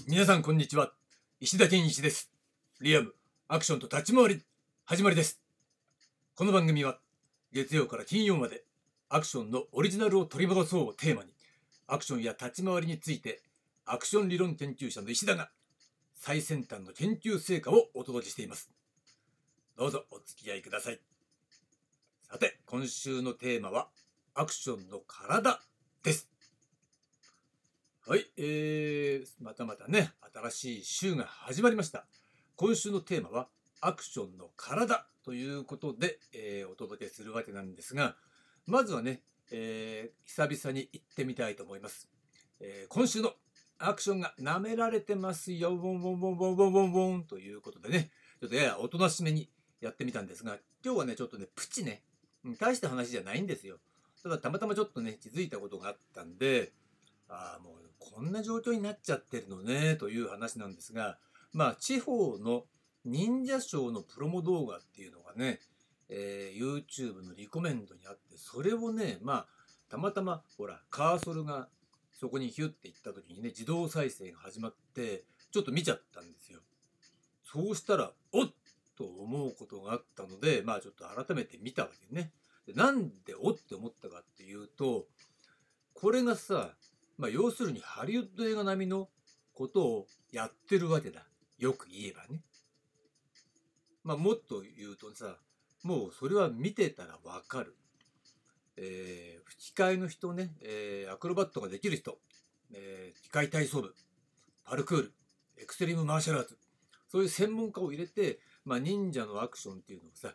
皆さんこんにちは。石田健一です。リアム、アクションと立ち回り、始まりです。この番組は月曜から金曜までアクションのオリジナルを取り戻そうをテーマに、アクションや立ち回りについてアクション理論研究者の石田が最先端の研究成果をお届けしています。どうぞお付き合いください。さて、今週のテーマはアクションの体です。はい、またまたね、新しい週が始まりました。今週のテーマはアクションの体ということで、お届けするわけなんですが、まずはね、久々に行ってみたいと思います。今週のアクションが舐められてますよ、ウォンウォンウォンウォンウォンウォンウォンということでね、ちょっとややおとなしめにやってみたんですが、今日はね、ちょっとね、プチね、大した話じゃないんですよ。ただたまたまちょっとね、気づいたことがあったんで、もうこんな状況になっちゃってるのねという話なんですが、地方の忍者ショーのプロモ動画っていうのがね、YouTube のリコメンドにあって、それをね、たまたまほらカーソルがそこにヒュッていった時にね、自動再生が始まってちょっと見ちゃったんですよ。そうしたらおっと思うことがあったので、ちょっと改めて見たわけね。でなんでおって思ったかっていうと、これがさ、要するにハリウッド映画並みのことをやってるわけだ。よく言えばね。もっと言うとさ、もうそれは見てたらわかる。吹き替えの人ね、アクロバットができる人、機械体操部、パルクール、エクストリームマーシャルアーツ、そういう専門家を入れて、忍者のアクションっていうのをさ、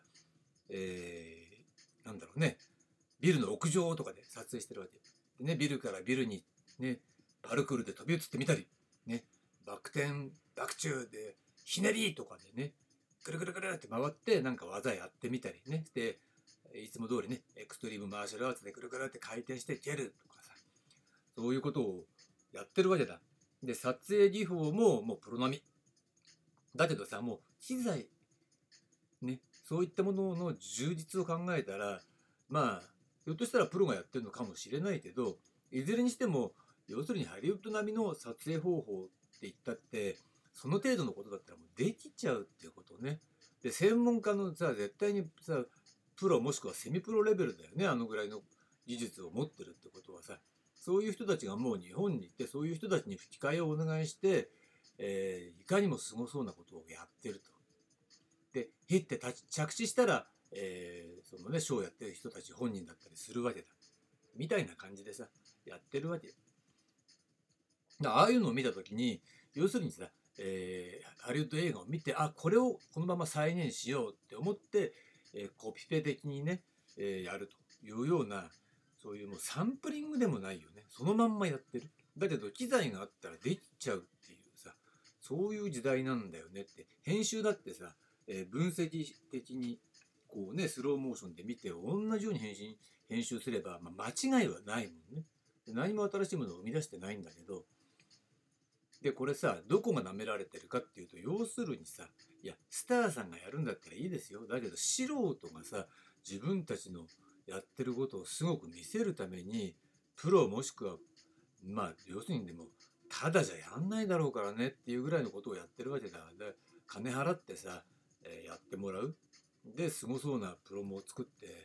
なんだろうね、ビルの屋上とかで撮影してるわけでね、ビルからビルにね、パルクールで飛び移ってみたり、ね、バク転、バク宙でひねりとかでね、ぐるぐるぐるって回ってなんか技やってみたりね、で、いつも通りね、エクストリームマーシャルアーツでぐるぐるって回転して蹴るとかさ、そういうことをやってるわけだ。で、撮影技法ももうプロ並み。だけどさ、もう機材、ね、そういったものの充実を考えたら、ひょっとしたらプロがやってるのかもしれないけど、いずれにしても、要するにハリウッド並みの撮影方法って言ったって、その程度のことだったらもうできちゃうっていうことね。で、専門家のさ、絶対にさ、プロもしくはセミプロレベルだよね、あのぐらいの技術を持ってるってことはさ、そういう人たちがもう日本に行って、そういう人たちに吹き替えをお願いして、いかにもすごそうなことをやってると。で、ヒッて着地したら、そのね、ショーをやってる人たち本人だったりするわけだ。みたいな感じでさ、やってるわけよ。ああいうのを見たときに、要するにさ、ハリウッド映画を見て、これをこのまま再現しようって思って、コピペ的にね、やるというような、そういうもうサンプリングでもないよね。そのまんまやってる。だけど、機材があったらできちゃうっていうさ、そういう時代なんだよねって。編集だってさ、分析的にこうね、スローモーションで見て同じように編集すれば、間違いはないもんね。何も新しいものを生み出してないんだけど、でこれさ、どこが舐められてるかっていうと、要するにさ、いやスターさんがやるんだったらいいですよ。だけど素人がさ、自分たちのやってることをすごく見せるために、プロもしくは要するにでもただじゃやんないだろうからねっていうぐらいのことをやってるわけだ。で金払ってさ、やってもらう。ですごそうなプロモを作って、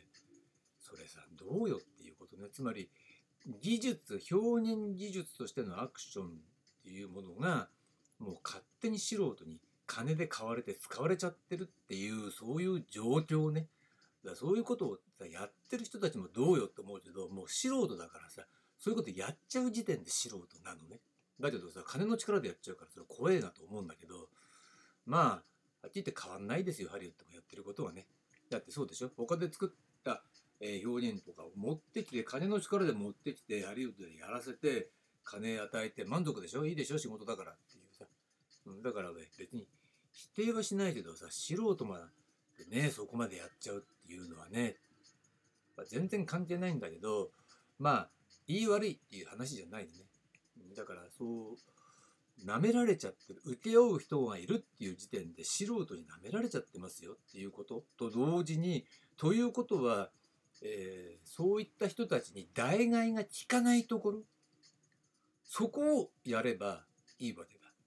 それさどうよっていうことね。つまり技術、表現技術としてのアクションっていうものがもう勝手に素人に金で買われて使われちゃってるっていう、そういう状況ね。だからそういうことをさやってる人たちもどうよって思うけど、もう素人だからさ、そういうことやっちゃう時点で素人なのね。だけどさ、金の力でやっちゃうからそれ怖えなと思うんだけど、はっきり言って変わんないですよ、ハリウッドもやってることはね。だってそうでしょ、他で作った表現とかを持ってきて、金の力で持ってきてハリウッドでやらせて、金与えて満足でしょ、いいでしょ、仕事だからっていうさ。だからね、別に否定はしないけどさ、素人までね、そこまでやっちゃうっていうのはね、全然関係ないんだけど、言い悪いっていう話じゃないでね。だからそう舐められちゃってる、請け負う人がいるっていう時点で素人に舐められちゃってますよっていうことと同時に、ということは、そういった人たちに代替が効かないところ、そこをやればいいわけだ。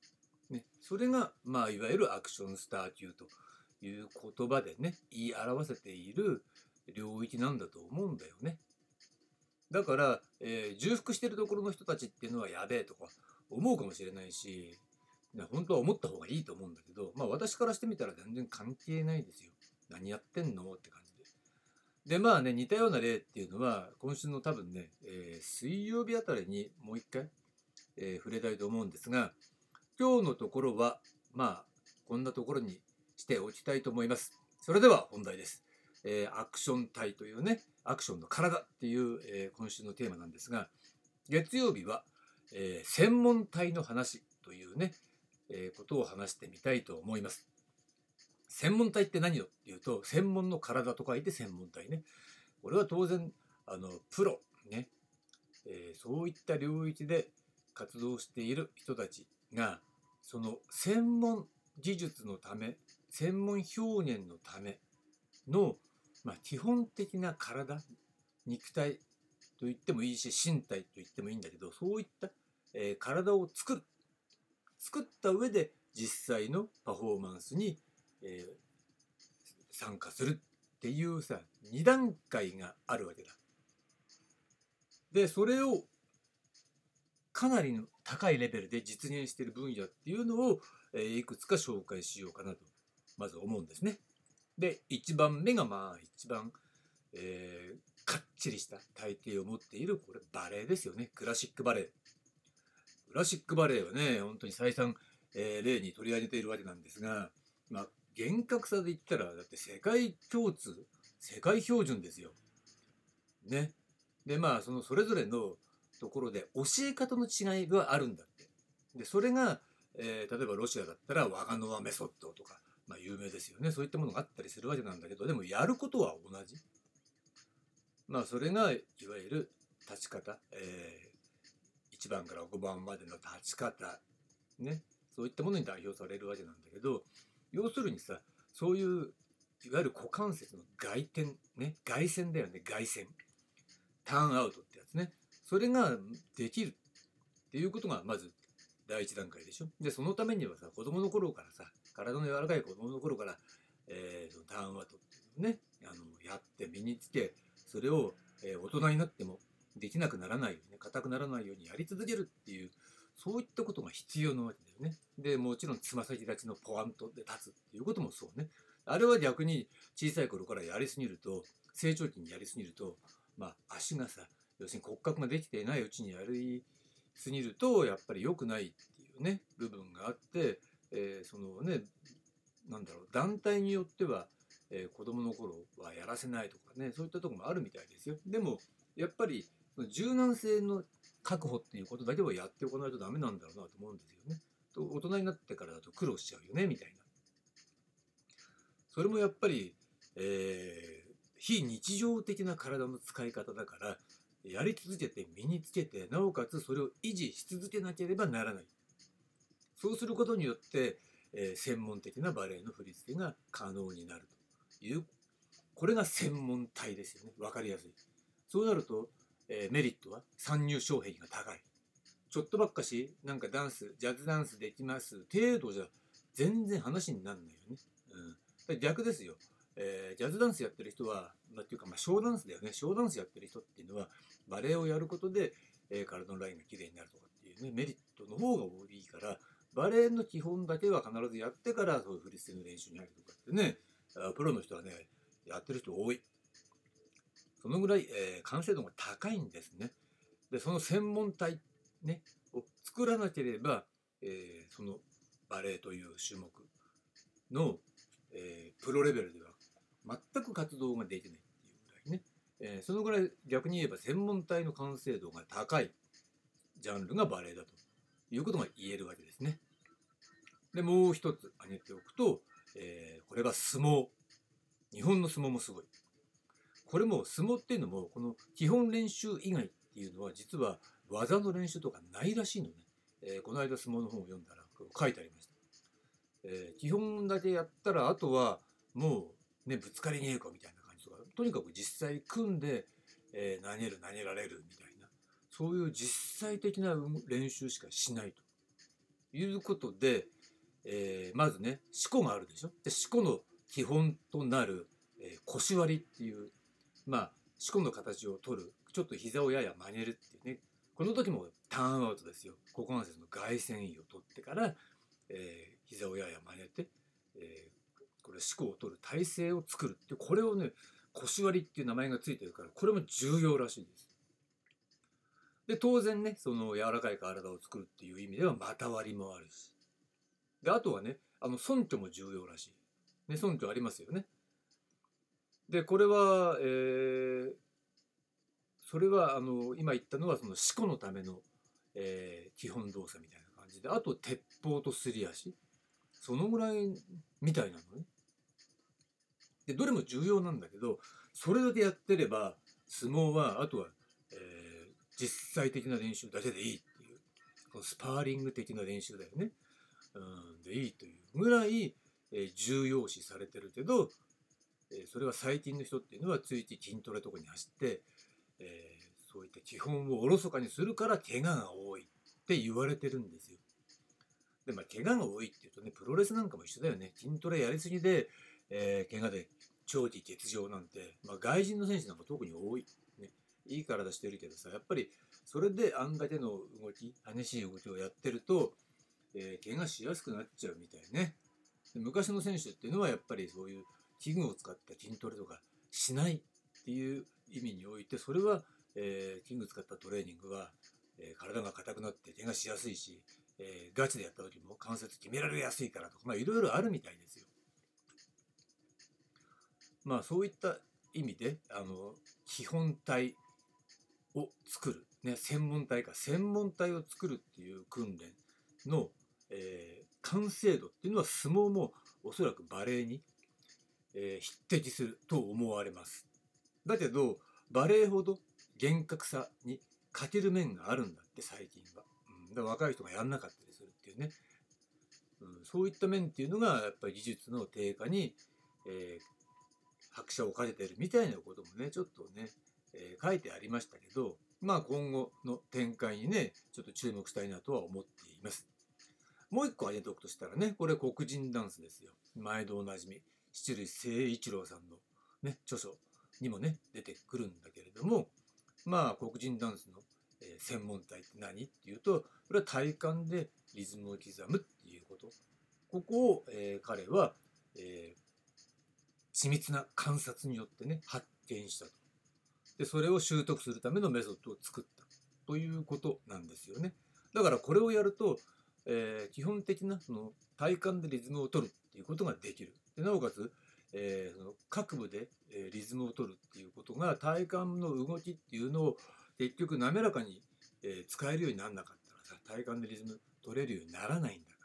ね、それが、まあ、いわゆるアクションスター級という言葉でね、言い表せている領域なんだと思うんだよね。だから、重複してるところの人たちっていうのはやべえとか思うかもしれないし、本当は思った方がいいと思うんだけど、まあ私からしてみたら全然関係ないですよ。何やってんのって感じで。で、まあね、似たような例っていうのは、今週の多分ね、水曜日あたりにもう一回、触れたいと思うんですが、今日のところは、まあ、こんなところにしておきたいと思います。それでは本題です。アクション体というね、アクションの体っていう、今週のテーマなんですが、月曜日は、専門体の話というね、ことを話してみたいと思います。専門体って何よっていうと、専門の体と書いて専門体ね。これは当然、プロ、ね、そういった領域で活動している人たちが、その専門技術のため、専門表現のための、まあ、基本的な体、肉体と言ってもいいし、身体と言ってもいいんだけど、そういった、体を作った上で実際のパフォーマンスに、参加するっていうさ、2段階があるわけだ。で、それをかなりの高いレベルで実現している分野っていうのを、いくつか紹介しようかなとまず思うんですね。で1番目がまあ一番、かっちりした体型を持っているこれバレエですよね。クラシックバレエ。クラシックバレエはね本当に再三、例に取り上げているわけなんですが、まあ厳格さで言ったらだって世界共通世界標準ですよ。ね。でまあそれぞれのところで教え方の違いがあるんだって。でそれが、例えばロシアだったらワガノワメソッドとか、まあ、有名ですよね。そういったものがあったりするわけなんだけど、でもやることは同じ。まあそれがいわゆる立ち方、1番から5番までの立ち方ね、そういったものに代表されるわけなんだけど、要するにさ、そういういわゆる股関節の外転ね、外旋だよね。外旋ターンアウトってやつね、それができるっていうことがまず第一段階でしょ。でそのためにはさ、子供の頃からさ、体の柔らかい子供の頃から、そのターンアウトっていうのをね、やって身につけ、それを、大人になってもできなくならないように、硬くならないようにやり続けるっていう、そういったことが必要なわけだよね。でもちろんつま先立ちのポワンとで立つっていうこともそうね。あれは逆に小さい頃からやりすぎると、成長期にやりすぎると、まあ足がさ、要するに骨格ができていないうちにやりすぎるとやっぱり良くないっていうね部分があって、そのね、なんだろう、団体によっては、子供の頃はやらせないとかね、そういったところもあるみたいですよ。でもやっぱり柔軟性の確保っていうことだけはやっておかないとダメなんだろうなと思うんですよね。と大人になってからだと苦労しちゃうよねみたいな。それもやっぱり、非日常的な体の使い方だからやり続けて身につけて、なおかつそれを維持し続けなければならない。そうすることによって、専門的なバレエの振り付けが可能になるという、これが専門体ですよね。分かりやすい。そうなると、メリットは参入障壁が高い。ちょっとばっかしなんかダンスジャズダンスできます程度じゃ全然話にならないよね。逆ですよ。ジャズダンスやってる人は、っていうか、まあ、ショーダンスだよね。ショーダンスやってる人っていうのはバレエをやることで、体のラインが綺麗になるとかっていうねメリットの方が多いから、バレエの基本だけは必ずやってからそういう振り付けの練習に入るとかってね、プロの人はねやってる人多い。そのぐらい、完成度が高いんですね。でその専門体、ね、を作らなければ、そのバレエという種目の、プロレベルでは全く活動ができないっていうぐらいね、そのぐらい逆に言えば専門体の完成度が高いジャンルがバレエだということが言えるわけですね。でもう一つ挙げておくと、これは相撲。日本の相撲もすごい。これも相撲っていうのもこの基本練習以外っていうのは実は技の練習とかないらしいのね。この間相撲の本を読んだら書いてありました。基本だけやったらあとはもうねぶつかり稽古みたいな感じとか、とにかく実際組んで、投げられるみたいな、そういう実際的な練習しかしないということで、 まずね四股があるでしょ。で四股の基本となる、腰割りっていう、まあ四股の形を取る、ちょっと膝をやや曲げるっていうね、この時もターンアウトですよ。股関節の外旋位を取ってから、膝をやや曲げて、これ四股を取る体勢を作るっていう、これをね腰割りっていう名前がついてるから、これも重要らしいです。で当然ね、その柔らかい体を作るっていう意味では股割りもあるし、であとはね尊虚も重要らしい、ね、尊虚ありますよね。でこれは、それは今言ったのはその四股のための、基本動作みたいな感じで、あと鉄砲とすり足、そのぐらいみたいなのね。でどれも重要なんだけど、それだけやってれば相撲はあとは、実際的な練習だけでいいっていう、このスパーリング的な練習だよね、でいいというぐらい、重要視されてるけど、それは最近の人っていうのはついて筋トレとかに走って、そういった基本をおろそかにするから怪我が多いって言われてるんですよ。で怪我が多いっていうとね、プロレスなんかも一緒だよね。筋トレやりすぎで、怪我で長期欠場なんて、外人の選手なんか特に多い、ね、いい体してるけどさ、やっぱりそれであんだけの動き、激しい動きをやってると、怪我しやすくなっちゃうみたいね。で昔の選手っていうのはやっぱりそういう器具を使った筋トレとかしないっていう意味において、それは、器具使ったトレーニングは、体が硬くなって怪我しやすいし、ガチでやった時も関節決められやすいからとか、いろいろあるみたいですよ。そういった意味で基本体を作る、ね、専門体を作るっていう訓練の、完成度っていうのは相撲もおそらくバレエに、匹敵すると思われます。だけどバレエほど厳格さに欠ける面があるんだって最近は、だから若い人がやんなかったりするっていうね、そういった面っていうのがやっぱり技術の低下に、拍車をかけてるみたいなこともねちょっとね、書いてありましたけど、今後の展開にねちょっと注目したいなとは思っています。もう一個挙げておくとしたらね、これ黒人ダンスですよ。毎度おなじみ七類誠一郎さんの、ね、著書にもね出てくるんだけれども、黒人ダンスの、専門体って何っていうと、これは体感でリズムを刻むっていうこと、ここを、彼は、緻密な観察によってね発見したと。でそれを習得するためのメソッドを作ったということなんですよね。だからこれをやると、基本的なその体感でリズムを取るっていうことができる。でなおかつ、その各部で、リズムを取るっていうことが、体感の動きっていうのを結局滑らかに、使えるようにならなかったらさ、体感でリズム取れるようにならないんだから、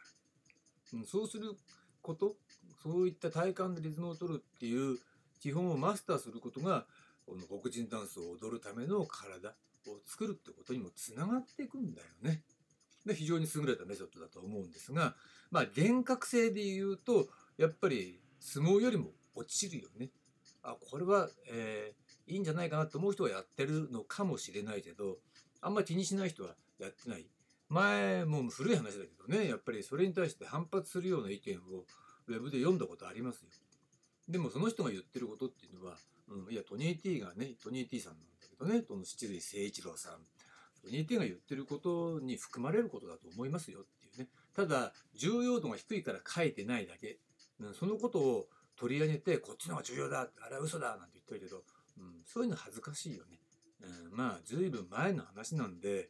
そうすること、そういった体感でリズムを取るっていう基本をマスターすることが、この黒人ダンスを踊るための体を作るってことにもつながっていくんだよね。で非常に優れたメソッドだと思うんですが、厳格性で言うとやっぱり相撲よりも落ちるよね。これは、いいんじゃないかなと思う人はやってるのかもしれないけど、あんまり気にしない人はやってない。前もう古い話だけどね、やっぱりそれに対して反発するような意見をウェブで読んだことありますよ。でもその人が言ってることっていうのは、いやトニー T がね、トニー T さんなんだけどね、この七類誠一郎さん、トニー T が言ってることに含まれることだと思いますよっていうね。ただ重要度が低いから書いてないだけ、そのことを取り上げてこっちの方が重要だ、あれは嘘だなんて言ってるけど、そういうの恥ずかしいよね。ずいぶん前の話なんで、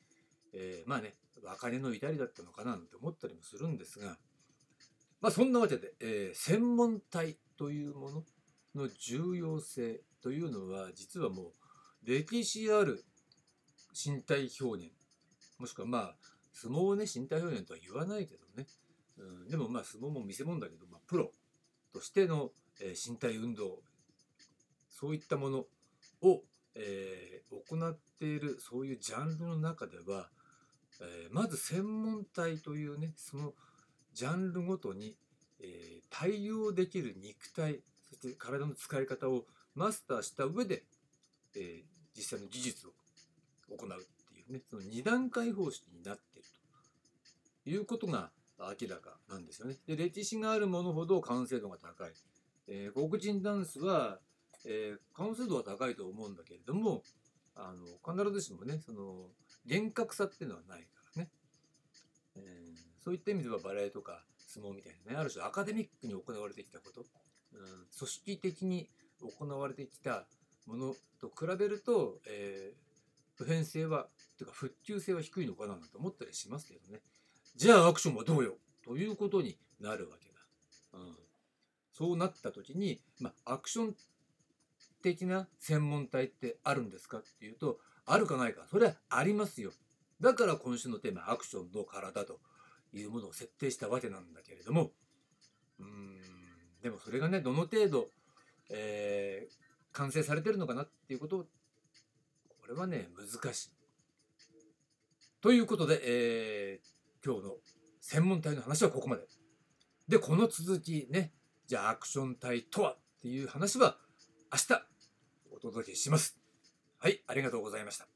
別れの至りだったのかななんて思ったりもするんですが、そんなわけで、専門体というものの重要性というのは実はもう歴史ある身体表現、もしくは相撲をね身体表現とは言わないけどね、でも相撲も見せ物だけど、プロとしての、身体運動、そういったものを、行っているそういうジャンルの中では、まず専門体というねそのジャンルごとに、対応できる肉体、そして体の使い方をマスターした上で、実際の技術を行うっていうね、その2段階方式になっているということが、 明らかなんですよね。で、歴史があるものほど完成度が高い。黒人ダンスは、完成度は高いと思うんだけれども、必ずしもね、その厳格さっていうのはないからね。そういった意味ではバレエとか相撲みたいなね、ある種アカデミックに行われてきたこと、組織的に行われてきたものと比べると、普遍性はというか復旧性は低いのかなと思ったりしますけどね。じゃあアクションはどうよということになるわけだ。そうなった時に、アクション的な専門体ってあるんですかっていうと、あるかないか、それはありますよ。だから今週のテーマ、アクションの体というものを設定したわけなんだけれども、でもそれがね、どの程度、完成されてるのかなっていうことを、これはね、難しい。ということで、今日の専門体の話はここまで。で、この続きね、じゃあアクション体とはっていう話は明日お届けします。はい、ありがとうございました。